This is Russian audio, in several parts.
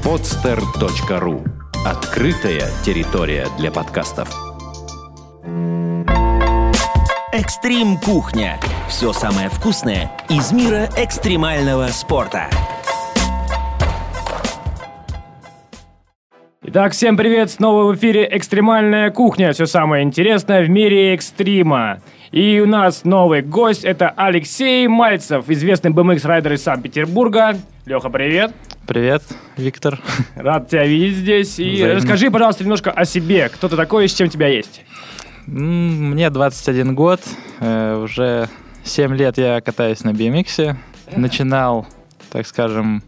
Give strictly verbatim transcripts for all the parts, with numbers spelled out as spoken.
подстер точка ру. Открытая территория для подкастов. Экстрим Кухня. Все самое вкусное из мира экстремального спорта. Итак, всем привет! Снова в эфире «Экстремальная кухня». Все самое интересное в мире экстрима. И у нас новый гость. Это Алексей Мальцев, известный би эм икс-райдер из Санкт-Петербурга. Леха, привет! Привет, Виктор. Рад тебя видеть здесь. И Взаимно. Расскажи, пожалуйста, немножко о себе. Кто ты такой и с чем тебя есть? Мне двадцать один год. Э, уже семь лет я катаюсь на би эм иксе. Начинал, так скажем,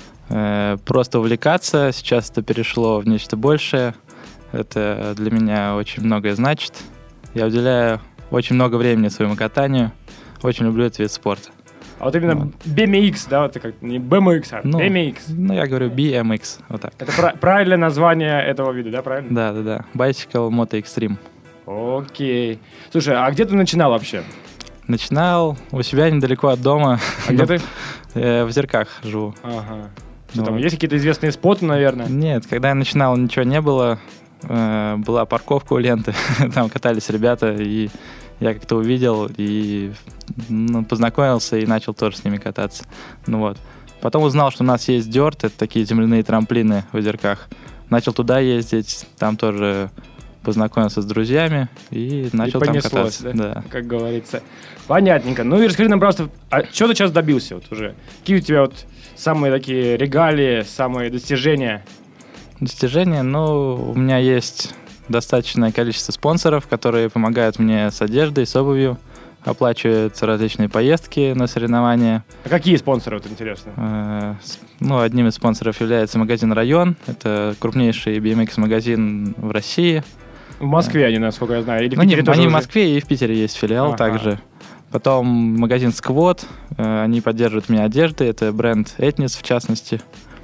э, просто увлекаться. Сейчас это перешло в нечто большее. Это для меня очень многое значит. Я уделяю очень много времени своему катанию. Очень люблю этот вид спорта. А вот именно вот. би эм икс, да, вот как не би эм икс, а ну, би эм икс. Ну, я говорю би эм икс, вот так. Это пра- правильное название этого вида, да, правильно? Да, да, да. Bicycle Moto Extreme. Окей. Слушай, а где ты начинал вообще? Начинал у себя недалеко от дома. А где ты? В Зерках живу. Ага. Что Ну, там, есть какие-то известные споты, наверное? Нет, когда я начинал, ничего не было. Э, была парковка у ленты, там катались ребята, и я как-то увидел и ну, познакомился и начал тоже с ними кататься. Ну вот. Потом узнал, что у нас есть дёрт, это такие земляные трамплины в Озерках. Начал туда ездить, там тоже познакомился с друзьями и начал и там понеслось, кататься. Да? Да. Как говорится. Понятненько. Ну и расскажи нам просто, а что ты сейчас добился вот уже? Какие у тебя вот самые такие регалии, самые достижения? Достижения, ну, у меня есть достаточное количество спонсоров, которые помогают мне с одеждой, с обувью, оплачивают различные поездки на соревнования. А какие спонсоры, вот интересно? Э, ну, одним из спонсоров является магазин «Район». Это крупнейший би эм икс-магазин в России. В Москве они, насколько я знаю, или в ну, Питере не, тоже Они уже? в Москве и в Питере есть филиал Ага. также. Потом магазин «Сквот». Э, они поддерживают меня одеждой. Это бренд «Этнис» в частности.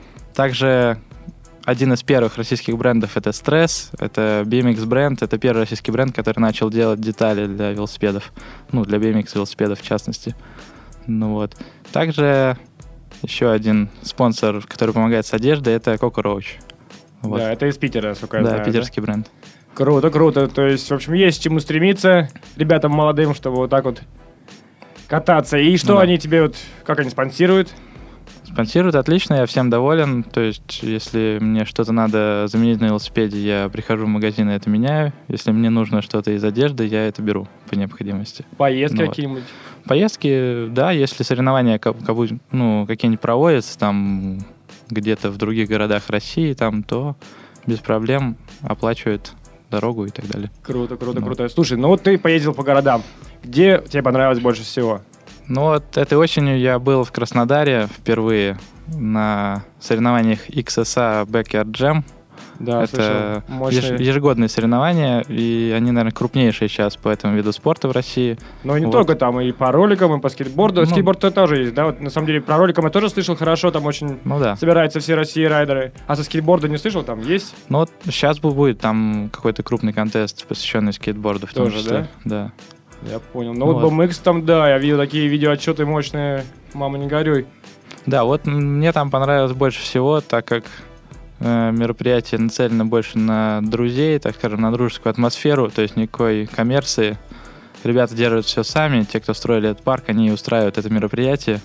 Также один из первых российских брендов — это «Стресс». Это би эм икс-бренд. Это первый российский бренд, который начал делать детали для велосипедов. Ну, для би эм икс-велосипедов в частности. Ну вот. Также еще один спонсор, который помогает с одеждой, это Coco Roach. Вот. Да, это из Питера, насколько я Да, знаю. питерский да? бренд. Круто, круто. То есть, в общем, есть к чему стремиться ребятам молодым, чтобы вот так вот кататься. И что Да. они тебе вот, как они спонсируют? Спонсируют отлично, я всем доволен. То есть, если мне что-то надо заменить на велосипеде, я прихожу в магазин и это меняю. Если мне нужно что-то из одежды, я это беру по необходимости. Поездки Ну, какие-нибудь? Поездки, да, если соревнования ка- кабу- ну, какие-нибудь проводятся там где-то в других городах России, там, то без проблем оплачивают дорогу и так далее. Круто, круто, Ну. круто. Слушай, ну вот ты поездил по городам. Где тебе понравилось больше всего? Ну вот этой осенью я был в Краснодаре впервые на соревнованиях икс эс эй Backyard Jam. Да, Это слышал. Мощные. еж- ежегодные соревнования, и они, наверное, крупнейшие сейчас по этому виду спорта в России. Но не Вот. только там, и по роликам, и по скейтборду. Ну, Скейтборд тоже есть, да? Вот на самом деле про роликам я тоже слышал хорошо, там очень Ну да. собираются все России райдеры. А со скейтборда не слышал, там есть? Ну вот сейчас будет там какой-то крупный контест, посвященный скейтборду в том Тоже, числе. Да? Я понял. Ну Ну вот вот. би эм икс там, да, я видел такие видеоотчеты мощные. Мама, не горюй. Да, вот мне там понравилось больше всего, так как э, мероприятие нацелено больше на друзей, так скажем, на дружескую атмосферу, то есть никакой коммерции. Ребята держат все сами, те, кто строили этот парк, они устраивают это мероприятие.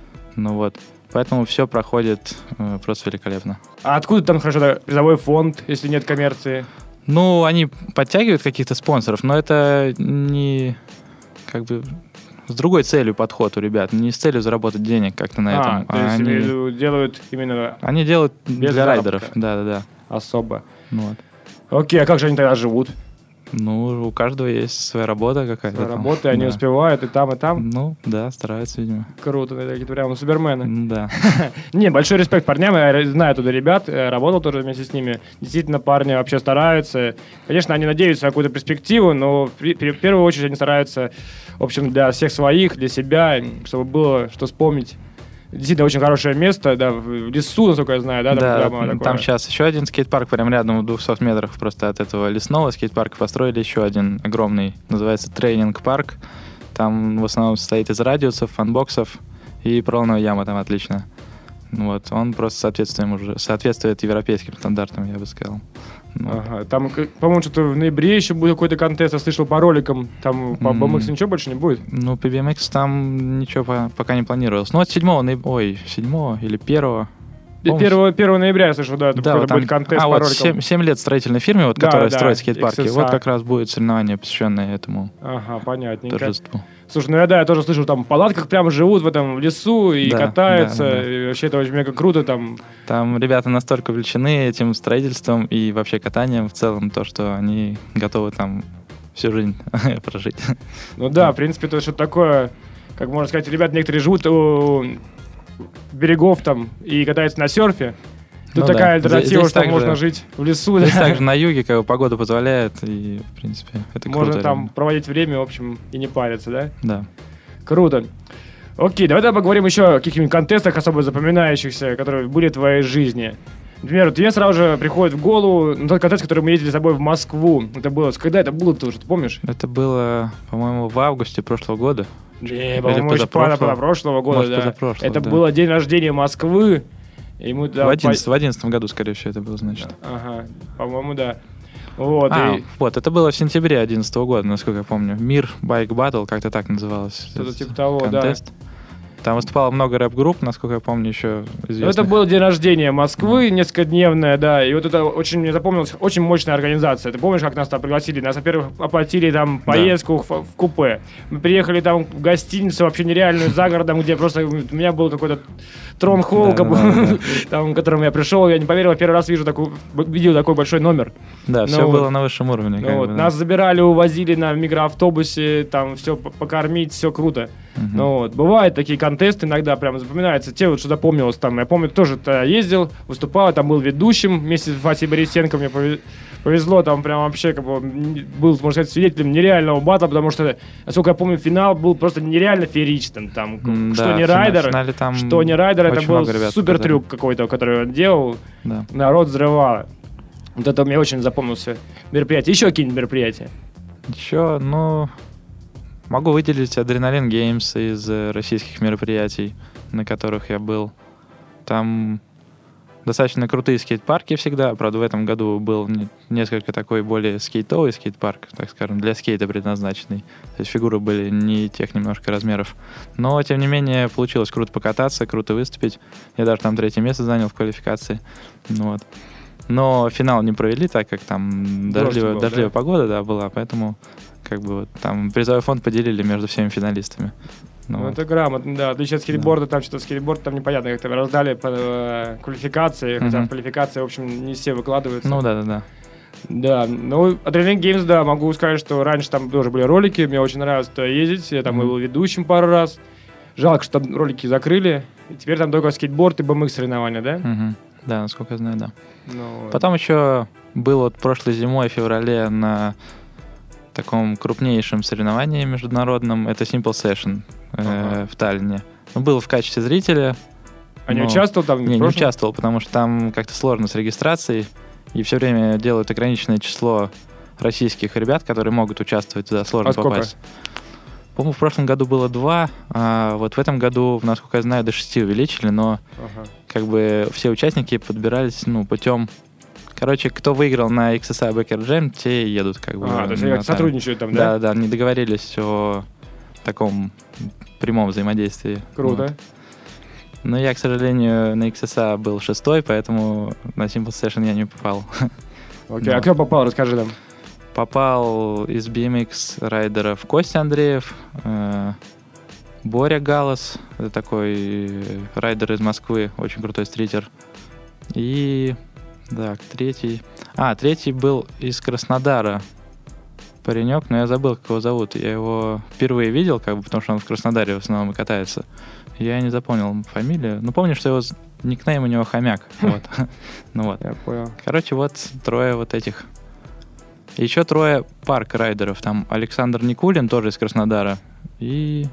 Ну вот, поэтому все проходит э, просто великолепно. А откуда там хорошо да, призовой фонд, если нет коммерции? Ну, они подтягивают каких-то спонсоров, но это не как бы с другой целью подход у ребят, не с целью заработать денег как-то на а, этом. то есть они, имею в виду, делают именно они делают без для заработка. райдеров, да-да-да. особо. Ну вот. Окей, а как же они тогда живут? Ну, у каждого есть своя работа какая-то. Своя там. работа, они Да. успевают и там, и там. Ну, да, стараются, видимо. Круто, это какие-то прям супермены. Ну, да. Не, большой респект парням, я знаю туда ребят, я работал тоже вместе с ними. Действительно, парни вообще стараются. Конечно, они надеются на какую-то перспективу, но в при- в первую очередь они стараются, в общем, для всех своих, для себя, чтобы было что вспомнить. Действительно, очень хорошее место, да, в лесу, насколько я знаю, да, там, Да, прямо там такое. сейчас еще один скейт-парк, прям рядом в двухстах метрах просто от этого лесного скейт-парка построили еще один огромный, называется тренинг-парк. Там в основном состоит из радиусов, фанбоксов и поролоновая яма там отлично. Вот, он просто соответствует, уже, соответствует европейским стандартам, я бы сказал. Вот. Ага. Там, по-моему, что-то в ноябре еще будет какой-то контест, я слышал по роликам, там по би эм икс ничего больше не будет? Ну, по би эм икс там ничего по- пока не планировалось. Ну, от седьмого ноября, ой, седьмого или первого. первого ноября я слышал, да, это да, вот там, будет контест а, по вот роликам. семь лет строительной фирме, вот, да, которая да, строит скейт-парки. икс эс а. Вот как раз будет соревнование, посвященное этому ага, понятненько. торжеству. Слушай, ну я, да, я тоже слышал, там в палатках прямо живут в этом в лесу и да, катаются. Да, да. И вообще это очень мега круто там. Там ребята настолько увлечены этим строительством и вообще катанием в целом, то, что они готовы там всю жизнь прожить. Ну да, в принципе, это что-то такое, как можно сказать, ребята некоторые живут у берегов там и катаются на серфе. Тут ну, такая да. альтернатива, Здесь что также, можно жить в лесу. Здесь да. также на юге, как бы, погода позволяет, и, в принципе, это можно круто. там реально. проводить время, в общем, и не париться, да? Да. Круто. Окей, давай тогда поговорим еще о каких-нибудь контестах особо запоминающихся, которые были в твоей жизни. Например, вот тебе сразу же приходит в голову ну, тот контест, который мы ездили с тобой в Москву. Это было... Когда это было-то уже, ты помнишь? Это было, по-моему, в августе прошлого года. Не, по-моему, еще позапрошлого, прошлого года, Может, да. позапрошлого, это да. было день рождения Москвы. И мы туда В одиннадцатом, по... в одиннадцатом году, скорее всего, это было, значит. Ага, по-моему, да. Вот, а, и... вот, это было в сентябре одиннадцатого года, насколько я помню. Мир Байк Баттл, как-то так называлось. Что-то типа того, контест. да. Там выступало много рэп-групп, насколько я помню, еще известных. Это был день рождения Москвы, несколькодневное, да, и вот это очень мне запомнилось, очень мощная организация. Ты помнишь, как нас там пригласили? Нас, во-первых, оплатили там поездку да. в, в купе. Мы приехали там в гостиницу вообще нереальную за городом, где просто у меня был какой-то трон-холл, да, как бы, да, да. там, в котором я пришел, я не поверил, я первый раз вижу такой, видел такой большой номер. Да, ну, все вот. было на высшем уровне. Ну, как вот. бы, да. Нас забирали, увозили на микроавтобусе, там все покормить, все круто. Угу. Ну вот, бывают такие контесты, иногда прям запоминаются. Те вот, что запомнилось там, я помню, тоже ездил, выступал, там был ведущим вместе с Васей Борисенко, мне повезло, там прям вообще, как бы, был, можно сказать, свидетелем нереального батла, потому что, насколько я помню, финал был просто нереально фееричным, там, mm, что да, не Райдер, там что не Райдер, это был супер которые... трюк какой-то, который он делал, да. народ взрывал. Вот это мне очень запомнился мероприятие. Еще какие-нибудь мероприятия? Еще, ну... Могу выделить Адреналин Геймс из российских мероприятий, на которых я был. Там достаточно крутые скейт-парки всегда. Правда, в этом году был несколько такой более скейтовый скейт-парк, так скажем, для скейта предназначенный. То есть фигуры были не тех немножко размеров. Но, тем не менее, получилось круто покататься, круто выступить. Я даже там третье место занял в квалификации. Вот. Но финал не провели, так как там дождливая, был, дождливая да? погода да, была, поэтому как бы вот, там призовой фонд поделили между всеми финалистами. Ну, ну вот. это грамотно, да. Отличие от скейтборда, да. там что-то скейтборд, там непонятно, как там раздали по э, квалификации, хотя uh-huh. в квалификации, в общем, не все выкладываются. Ну да-да-да. Да, ну, Adrenaline Games, да, могу сказать, что раньше там тоже были ролики, мне очень нравилось туда ездить, я там uh-huh. был ведущим пару раз. Жалко, что там ролики закрыли, и теперь там только скейтборд и би эм икс соревнования, да? Uh-huh. Да, насколько я знаю, да. Ну, Потом еще был вот прошлой зимой, в феврале, на таком крупнейшем соревновании международном, это Simple Session э, ага. в Таллине. Ну, был в качестве зрителя. А не участвовал там? Не, не участвовал, потому что там как-то сложно с регистрацией, и все время делают ограниченное число российских ребят, которые могут участвовать, туда сложно а попасть. Сколько? По-моему, в прошлом году было два, а вот в этом году, насколько я знаю, до шести увеличили, но ага. как бы все участники подбирались, ну, путем... Короче, кто выиграл на икс эс ай Backer Jam, те едут как бы... А, то есть они сотрудничают там, да? Да, да, они договорились о таком прямом взаимодействии. Круто. Вот. Но я, к сожалению, на икс эс ай был шестой, поэтому на Simple Session я не попал. Окей, okay. а кто попал, расскажи нам. Попал из би эм икс райдеров Костя Андреев, э, Боря Галас, это такой райдер из Москвы, очень крутой стритер. И... Так, третий... А, третий был из Краснодара паренек, но я забыл, как его зовут. Я его впервые видел, как бы, потому что он в Краснодаре в основном и катается. Я не запомнил фамилию. Ну, помню, что его никнейм у него Хомяк. Вот. Ну вот. Я понял. Короче, вот трое вот этих. Еще трое парк-райдеров. Там Александр Никулин, тоже из Краснодара. И...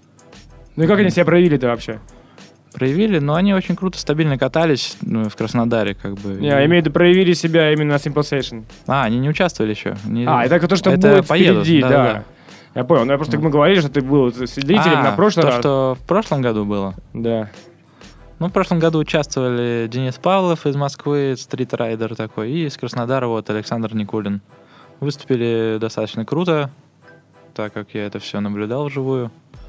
Ну и как они себя проявили-то вообще? Проявили, но они очень круто, стабильно катались ну, в Краснодаре, как бы. Не, и... имею в виду, проявили себя именно на Simple Session. А, они не участвовали еще. Они... А, это то, что это будет поедут, впереди, да. да, да. Я понял, ну я просто, мы говорили, что ты был свидетелем а, на прошлый то, раз. что в прошлом году было? Да. Ну, в прошлом году участвовали Денис Павлов из Москвы, стрит-райдер такой, и из Краснодара вот Александр Никулин. Выступили достаточно круто, так как я это все наблюдал вживую.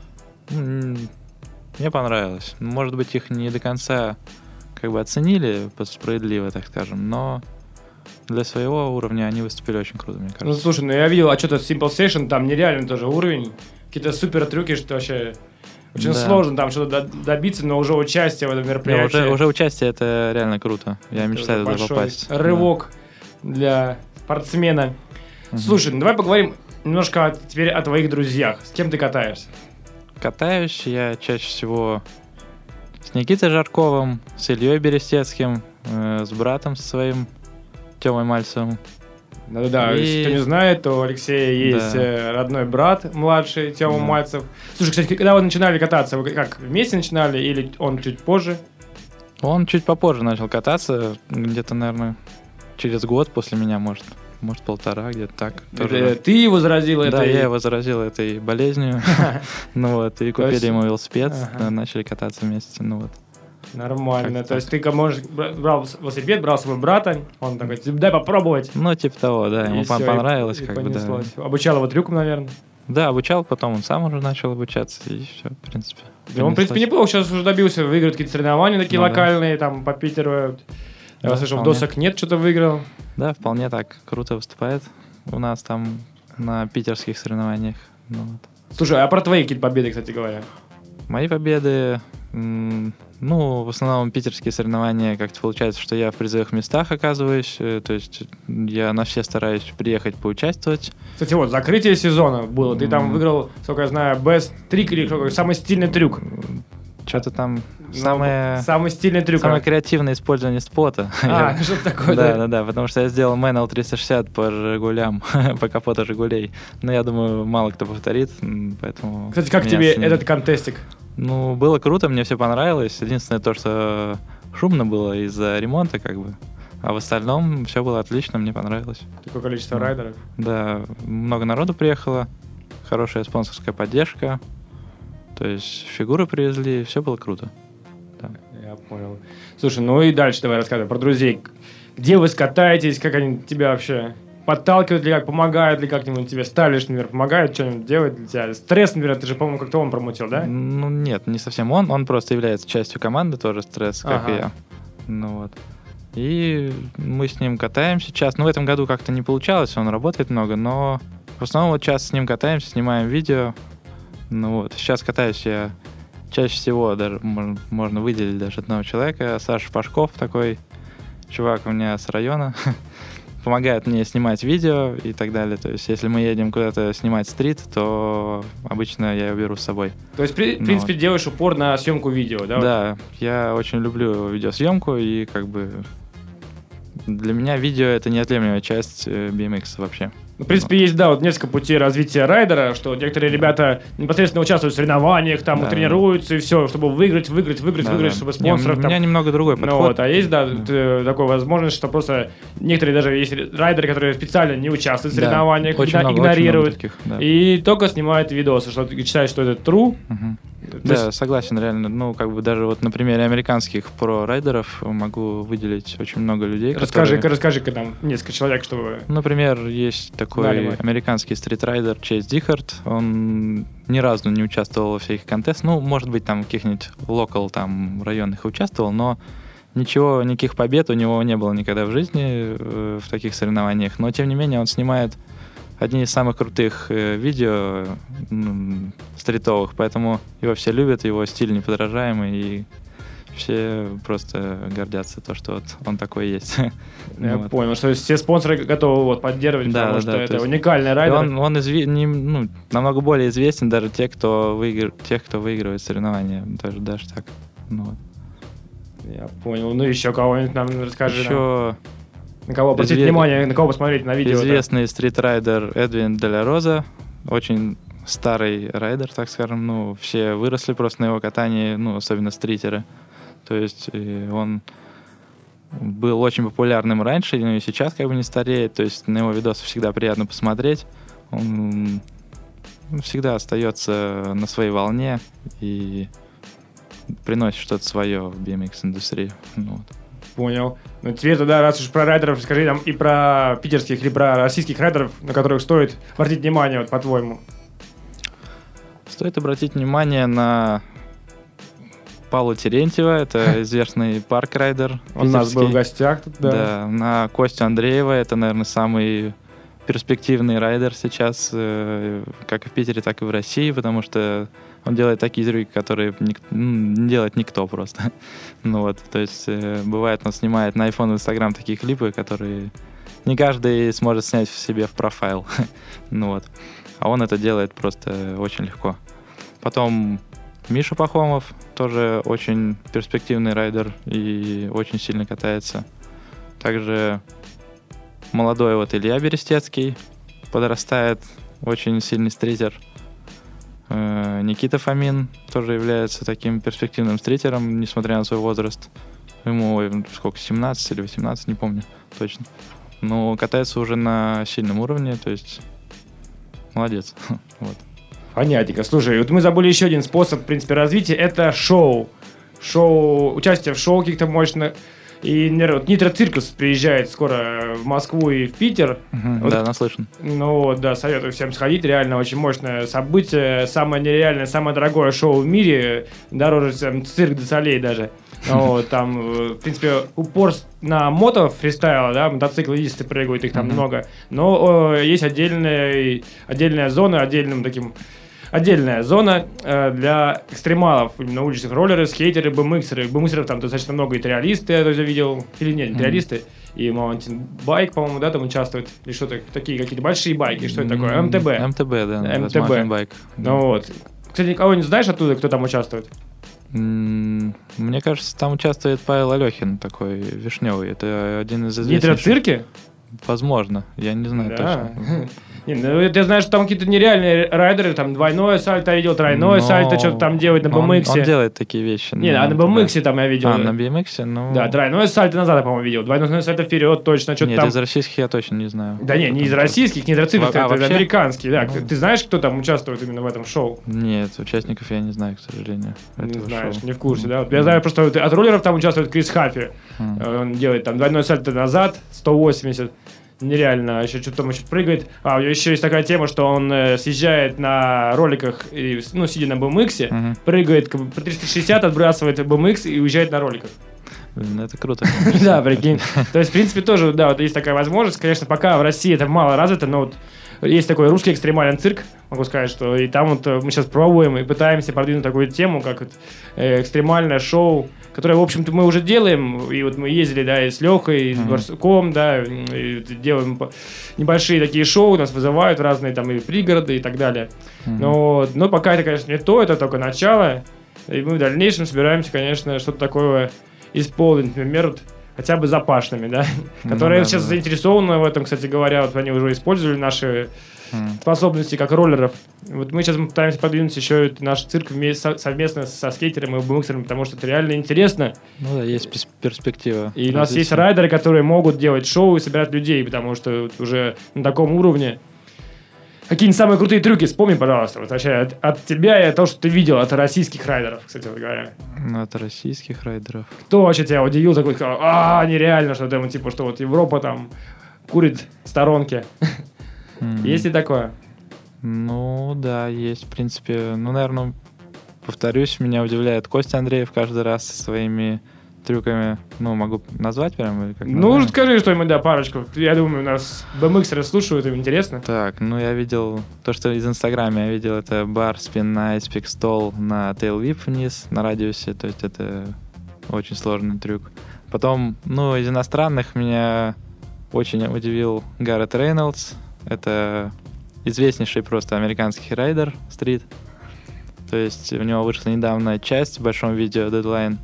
Мне понравилось. Может быть, их не до конца как бы оценили справедливо, так скажем, но для своего уровня они выступили очень круто, мне кажется. Ну, слушай, ну я видел отчет от Simple Session, там нереальный тоже уровень. Какие-то супер трюки, что вообще очень да. сложно там что-то добиться, но уже участие в этом мероприятии. Не, уже, уже участие — это реально круто. Я это мечтаю туда попасть. Рывок да. для спортсмена. Угу. Слушай, ну давай поговорим немножко теперь о твоих друзьях. С кем ты катаешься? Катаюсь я чаще всего с Никитой Жарковым, с Ильей Берестецким, э, с братом своим, Тёмой Мальцевым. Да-да-да, и... если кто не знает, то у Алексея есть да. родной брат, младший, Тёма да. Мальцев. Слушай, кстати, когда вы начинали кататься, вы как, вместе начинали или он чуть позже? Он чуть попозже начал кататься, где-то, наверное, через год после меня, может. Может, полтора, где-то так. Тоже. Ты его заразил да, этой... Да, я его заразил этой болезнью. Ну вот, и купили ему велосипед, начали кататься вместе, ну вот. Нормально. То есть ты, можешь, брал велосипед, брал своего брата, он такой, дай попробовать. Ну, типа того, да, ему понравилось, как бы, да. Обучал его трюкам, наверное? Да, обучал, потом он сам уже начал обучаться, и все, в принципе. Он, в принципе, неплохо сейчас уже добился, выигрывает какие-то соревнования такие локальные, там, по Питеру. Я да, слышал, в досок нет, что-то выиграл. Да, вполне так круто выступает у нас там на питерских соревнованиях. Ну, вот. Слушай, а про твои какие-то победы, кстати говоря? Мои победы, м- ну, в основном питерские соревнования, как-то получается, что я в призовых местах оказываюсь, то есть я на все стараюсь приехать поучаствовать. Кстати, вот, закрытие сезона было, ты mm- там выиграл, сколько я знаю, best трик или какой, самый стильный трюк. Что-то там ну, самое... Самый стильный трюк. Самое креативное использование спота. А, что-то такое, да? Да, да, да, потому что я сделал Мэннел триста шестьдесят по Жигулям, по капоту Жигулей. Но я думаю, мало кто повторит, поэтому... Кстати, как тебе оценили. Этот контестик? Ну, было круто, мне все понравилось. Единственное то, что шумно было из-за ремонта, как бы. А в остальном все было отлично, мне понравилось. Такое количество райдеров? Да, много народу приехало, хорошая спонсорская поддержка. То есть фигуры привезли, все было круто. Да. Я понял. Слушай, ну и дальше давай рассказывай про друзей. Где вы скатаетесь, как они тебя вообще подталкивают ли, как помогают ли, как-нибудь тебе ставишь, например, помогает, что-нибудь делает для тебя? Стресс, например, ты же, по-моему, как-то он промутил, да? Ну нет, не совсем он. Он просто является частью команды тоже, Стресс, как ага. и я. Ну вот. И мы с ним катаемся сейчас. Ну в этом году как-то не получалось, он работает много, но в основном вот сейчас с ним катаемся, снимаем видео. Ну вот, сейчас катаюсь я чаще всего, даже можно, можно выделить даже одного человека, Саша Пашков такой, чувак у меня с района, помогает мне снимать видео и так далее. То есть, если мы едем куда-то снимать стрит, то обычно я его беру с собой. То есть, при, в принципе, вот. Делаешь упор на съемку видео, да? Да, я очень люблю видеосъемку, и как бы для меня видео — это неотъемлемая часть би эм икс вообще. В принципе, есть, да, вот несколько путей развития райдера, что некоторые ребята непосредственно участвуют в соревнованиях, там, да, тренируются и все, чтобы выиграть, выиграть, выиграть, да, выиграть, да. Чтобы спонсоров... Не, у меня там... немного другой подход. Ну, вот, а есть, да, да. такая возможность, что просто некоторые даже есть райдеры, которые специально не участвуют в соревнованиях, да, очень много, игнорируют, очень много таких, да. И только снимают видосы, что ты считаешь, что это true. Угу. Да, есть... согласен, реально. Ну, как бы даже вот на примере американских про-райдеров могу выделить очень много людей, Расскажи-ка, которые... расскажи-ка там несколько человек, чтобы... Например, есть такой американский стритрайдер Чейз Дихард. Он ни разу не участвовал во всяких контестах. Ну, может быть, там каких-нибудь локал, там, районных участвовал, но ничего, никаких побед у него не было никогда в жизни э, в таких соревнованиях. Но, тем не менее, он снимает одни из самых крутых э, видео ну, стритовых, поэтому его все любят, его стиль неподражаемый, и все просто гордятся то, что вот он такой есть. Я вот. Понял, что все спонсоры готовы вот, поддерживать, да, потому да, что да, это есть... уникальный райдер. Он, он изв... не, ну, намного более известен даже те, кто выигр... тех, кто выигрывает соревнования, даже, даже так. Ну, вот. Я понял. Ну еще кого-нибудь нам расскажи. Еще... Нам. На кого обратить Изве... внимание, на кого посмотреть на видео. Известный стритрайдер Эдвин де ла Роза, очень старый райдер, так скажем, ну, все выросли просто на его катании, ну, особенно стритеры. То есть он был очень популярным раньше, но и сейчас как бы не стареет, то есть на его видосы всегда приятно посмотреть. Он всегда остается на своей волне, и приносит что-то свое в би эм икс-индустрию. Ну, вот. Понял. Ну, теперь тогда, раз уж про райдеров, скажи нам и про питерских, или про российских райдеров, на которых стоит обратить внимание, вот, по-твоему. Стоит обратить внимание на Павла Терентьева, это известный парк-райдер. Он у нас был в гостях тут, да. Да, на Костю Андреева, это, наверное, самый перспективный райдер сейчас, э, как и в Питере, так и в России, потому что он делает такие трюки, которые ник- ну, не делает никто просто. Ну вот, то есть э, бывает, он снимает на iPhone и Instagram такие клипы, которые не каждый сможет снять в себе в профайл. Ну вот, а он это делает просто очень легко. Потом Миша Пахомов, тоже очень перспективный райдер и очень сильно катается. Также молодой вот Илья Берестецкий подрастает, очень сильный стритер. Э, Никита Фомин тоже является таким перспективным стритером, несмотря на свой возраст. Ему ой, сколько, семнадцать или восемнадцать, не помню точно. Но катается уже на сильном уровне, то есть молодец. Вот. Понятненько. Слушай, вот мы забыли еще один способ, в принципе, развития. Это шоу. Шоу, участие в шоу каких-то мощных. И вот Нитро Циркус приезжает скоро в Москву и в Питер. Угу, вот, да, наслышан. Ну да, советую всем сходить. Реально очень мощное событие. Самое нереальное, самое дорогое шоу в мире. Дороже, чем Цирк де Солей даже. Вот, там, в принципе, упор на мото фристайл, да, мотоциклисты прыгают, их там mm-hmm. много. Но о, есть отдельная, отдельная зона, отдельным таким... Отдельная зона э, для экстремалов, именно уличных роллеры, скейтеры, бмиксеры. Бмиксеров там достаточно много, и триалисты я тоже видел, или нет, mm-hmm. триалисты, и маунтинбайк, по-моему, да, там участвуют, или что-то, такие какие-то большие байки, что это такое, эм тэ бэ. эм тэ бэ, да, эм тэ бэ. маунтинбайк. Ну вот. Кстати, кого-нибудь знаешь оттуда, кто там участвует? Мне кажется, там участвует Павел Алехин, такой вишневый, это один из известных... Нитро-цирки? Возможно, я не знаю да. точно. Не, ну, ты знаешь, что там какие-то нереальные райдеры, там двойное сальто я видел, тройное Но сальто, что-то там делают на бэ эм икс. Он, он делает такие вещи. Не, а на бэ эм икс там я видел. А, на би эм икс, ну... Да, тройное сальто назад я, по-моему, видел. Двойное сальто вперед, точно, что-то Нет, там... из российских я точно не знаю. Да не, не из российских, нитроциклов, а, это вообще? американские, да. Ну... Ты знаешь, кто там участвует именно в этом шоу? Нет, участников я не знаю, к сожалению. Не знаешь, шоу. не в курсе, да? Вот я знаю просто, от роллеров там участвует Крис Хаффи. Mm. Он делает там двойное сальто назад, сто восемьдесят. Нереально, еще что-то там еще прыгает. А, еще есть такая тема, что он э, съезжает на роликах, и, ну, сидя на бэ эм икс, uh-huh. прыгает как бы, по триста шестьдесят, отбрасывает бэ эм икс и уезжает на роликах. Блин, это круто. Да, прикинь. То есть, в принципе, тоже, да, вот есть такая возможность. Конечно, пока в России это мало развито, но вот есть такой русский экстремальный цирк, могу сказать, что и там вот мы сейчас пробуем и пытаемся продвинуть такую тему, как вот, э, экстремальное шоу, которое, в общем-то, мы уже делаем, и вот мы ездили, да, и с Лехой, и с mm-hmm. Барсуком, да, и делаем небольшие такие шоу, нас вызывают в разные там и пригороды и так далее. Mm-hmm. Но, но пока это, конечно, не то, это только начало, и мы в дальнейшем собираемся, конечно, что-то такое исполнить, например, вот, хотя бы запашными, да, mm-hmm. которые mm-hmm. сейчас заинтересованы в этом, кстати говоря, вот они уже использовали наши Mm. способности как роллеров. Вот мы сейчас пытаемся продвинуть еще наш цирк вместе, совместно со скейтером и бмиксером, потому что это реально интересно. Ну да, есть перспектива. И у нас есть райдеры, которые могут делать шоу и собирать людей, потому что уже на таком уровне. Какие-нибудь самые крутые трюки вспомни, пожалуйста, вот вообще от, от тебя и то, что ты видел от российских райдеров, кстати вот говоря. Ну, от российских райдеров. Кто вообще тебя удивил, такой сказал, а, нереально, что там, типа, что вот Европа там курит в сторонке. Mm. Есть ли такое? Ну, да, есть, в принципе. Ну, наверное, повторюсь, меня удивляет Костя Андреев каждый раз со своими трюками. Ну, могу назвать прямо? Или как ну, назвать? Скажи что-нибудь, да, парочку. Я думаю, у нас бмиксеры слушают, им интересно. Так, ну, я видел то, что из Инстаграма я видел, это бар, спин, найс, пикстол на тейл-вип вниз, на радиусе, то есть это очень сложный трюк. Потом, ну, из иностранных меня очень удивил Гаррет Рейнольдс. Это известнейший просто американский райдер стрит. То есть у него вышла недавно часть в большом видео Deadline,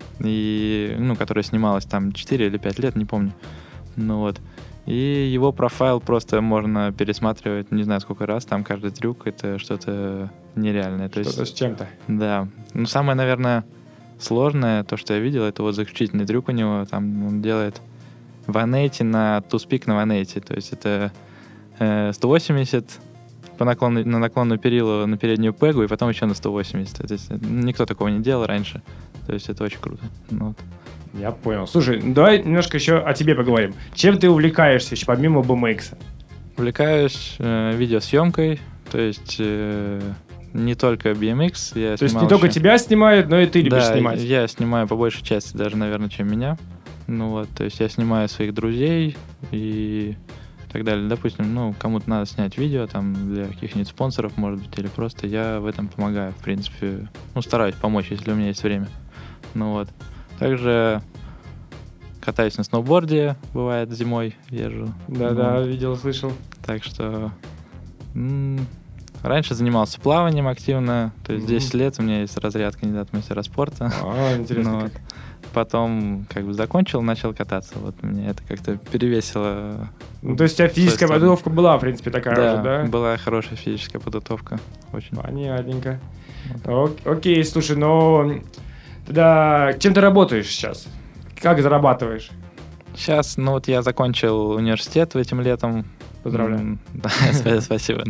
и, ну, которая снималась там четыре или пять лет, не помню. Ну вот. И его профайл просто можно пересматривать не знаю сколько раз, там каждый трюк это что-то нереальное. То что-то есть, с чем-то. Да. Ну, самое, наверное, сложное, то, что я видел, это вот заключительный трюк у него. Там он делает ван эйти на туспик на ван эйти. То есть это сто восемьдесят, по наклону, на наклонную перилу на переднюю пегу, и потом еще на сто восемьдесят. То есть никто такого не делал раньше. То есть это очень круто. Ну, вот. Я понял. Слушай, давай немножко еще о тебе поговорим. Чем ты увлекаешься еще помимо би эм икс? Увлекаюсь э, видеосъемкой, то есть э, не только би эм икс. Я то есть не еще... только тебя снимают, но и ты любишь да, снимать? я снимаю по большей части даже, наверное, чем меня. Ну вот, то есть я снимаю своих друзей и так далее. Допустим, ну, кому-то надо снять видео там для каких-нибудь спонсоров, может быть, или просто я в этом помогаю, в принципе. Ну, стараюсь помочь, если у меня есть время. Ну вот. Также катаюсь на сноуборде, бывает, зимой езжу. Да-да, вот. видел, слышал. Так что м- раньше занимался плаванием активно, то есть десять mm-hmm. лет у меня есть разряд кандидата в мастера спорта. А, интересно. Ну, как. вот. Потом как бы закончил, начал кататься. Вот мне это как-то перевесило. Ну, то есть у тебя физическая подготовка была, в принципе, такая да, же, да? была хорошая физическая подготовка. Очень. Понятненько. Вот. Окей, слушай, ну тогда чем ты работаешь сейчас? Как зарабатываешь? Сейчас, ну вот я закончил университет этим летом. Поздравляю. Да, спасибо.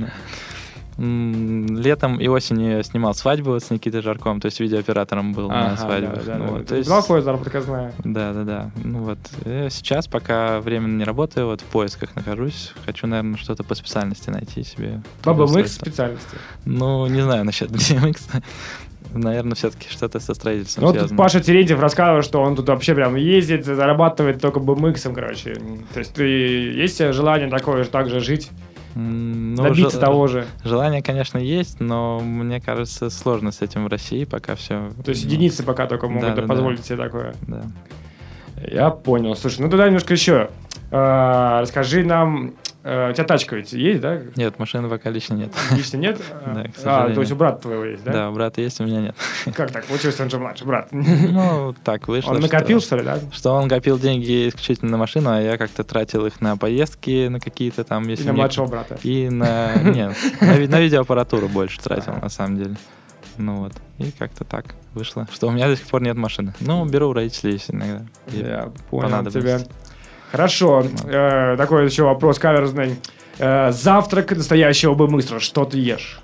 Летом и осенью снимал свадьбу вот с Никитой Жарковым, то есть видеооператором был ага, на свадьбах. Да, да, ну, да. Вот, то есть... Неплохой заработок, я знаю. Да, да, да. Ну вот я сейчас, пока временно не работаю, вот в поисках нахожусь, хочу, наверное, что-то по специальности найти себе. По би эм икс специальности? Ну, не знаю насчет би эм икс. Наверное, все-таки что-то со строительством ну, связано. Тут Паша Терентьев рассказывал, что он тут вообще прям ездит, зарабатывает только би эм иксом, короче. То есть ты есть желание такое же, так же жить? Ну, добиться жел... того же. Желание, конечно, есть, но мне кажется, сложно с этим в России пока все. То есть единицы пока только могут да, да, позволить да. себе такое. Да. Я понял. Слушай, ну тогда немножко еще. А, расскажи нам, а, у тебя тачка ведь есть, да? Нет, машины пока лично нет. Лично нет? Да, к сожалению. А, то есть у брата твоего есть, да? Да, у брата есть, у меня нет. Как так? Получилось, он же младший брат. Ну, так вышло. Он накопил, что ли, да? Что он копил деньги исключительно на машину, а я как-то тратил их на поездки, на какие-то там... И на младшего брата. И на... Нет, на видеоаппаратуру больше тратил, на самом деле. Ну вот, и как-то так вышло, что у меня до сих пор нет машины. Ну, беру у родителей иногда. Я понял тебя. Хорошо, э, такой еще вопрос каверзный. Э, завтрак настоящего би эм икс, что ты ешь?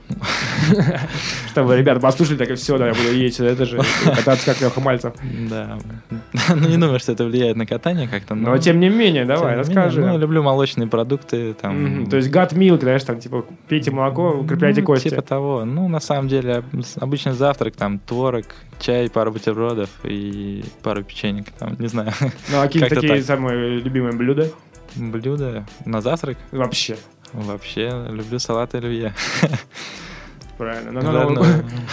Чтобы ребята послушали, так и все, да, я буду есть это же, кататься как Леха Мальцев. Да, ну не думаю, что это влияет на катание как-то. Но тем не менее, давай, расскажи. Ну, люблю молочные продукты. То есть гат милк, знаешь, там типа пейте молоко, укрепляйте кости. Типа того. Ну, на самом деле, обычный завтрак, там творог, чай, пару бутербродов и пару печенек, там, не знаю. Ну, а какие такие самые любимые блюда? Блюда на завтрак? Вообще. Вообще, люблю салат оливье. Правильно. Ну,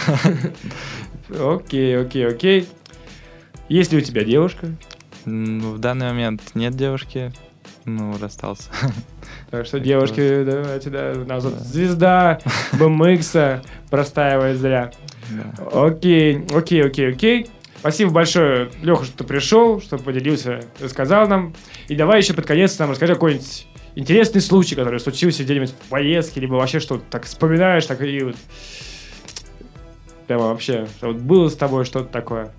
ну, окей, окей, окей. Есть ли у тебя девушка? В данный момент нет девушки. Ну, расстался. Так что, девушки, давайте, да, у нас вот звезда би эм икс простаивает зря. Окей, окей, окей, окей. Спасибо большое, Леха, что ты пришел, что поделился, рассказал нам. И давай еще под конец нам расскажи какой-нибудь интересный случай, который случился где-нибудь в поездке, либо вообще что-то так вспоминаешь, так и вот прямо вообще, что вот было с тобой что-то такое.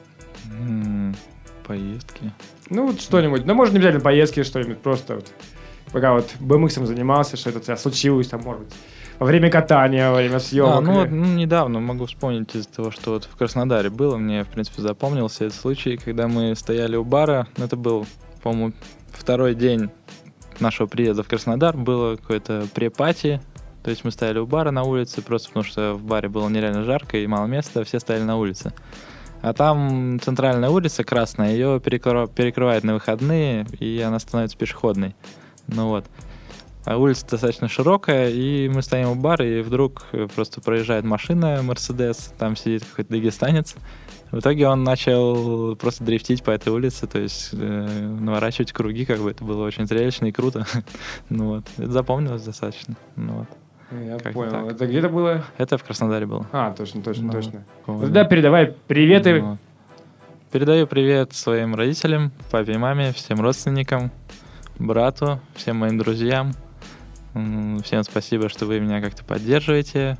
Mm, поездки. Ну вот что-нибудь, ну может не обязательно поездки, что-нибудь просто вот, пока вот би эм иксом занимался, что это у тебя случилось, там может быть во время катания, во время съемок. А, ну, вот, ну, недавно могу вспомнить из-за того, что вот в Краснодаре было, мне, в принципе, запомнился этот случай, когда мы стояли у бара, это был, по-моему, второй день нашего приезда в Краснодар, было какое-то пре-пати, то есть мы стояли у бара на улице, просто потому что в баре было нереально жарко и мало места, все стояли на улице. А там центральная улица красная, ее перекры... перекрывает на выходные, и она становится пешеходной. Ну вот. А улица достаточно широкая, и мы стоим у бара, и вдруг просто проезжает машина, Мерседес, там сидит какой-то дагестанец. В итоге он начал просто дрифтить по этой улице, то есть э, наворачивать круги, как бы это было очень зрелищно и круто. Ну вот, это запомнилось достаточно. Ну вот. Я как понял. так. Это где-то было? Это в Краснодаре было. А, точно, точно, ну, точно. Вот. Тогда передавай приветы. Ну, передаю привет своим родителям, папе и маме, всем родственникам, брату, всем моим друзьям. Всем спасибо, что вы меня как-то поддерживаете.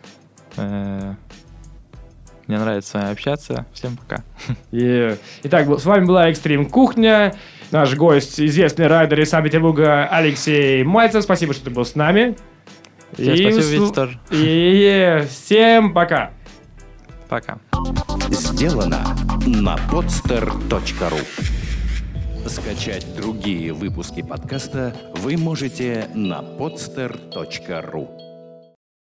Мне нравится с вами общаться. Всем пока. Yeah. Итак, с вами была Экстрим Кухня. Наш гость, известный райдер из Санкт-Петербурга Алексей Мальцев. Спасибо, что ты был с нами. Тебе И спасибо, усл- Витя, тоже. И всем пока. Пока. Сделано на podster точка ру. Скачать другие выпуски подкаста вы можете на podster точка ру.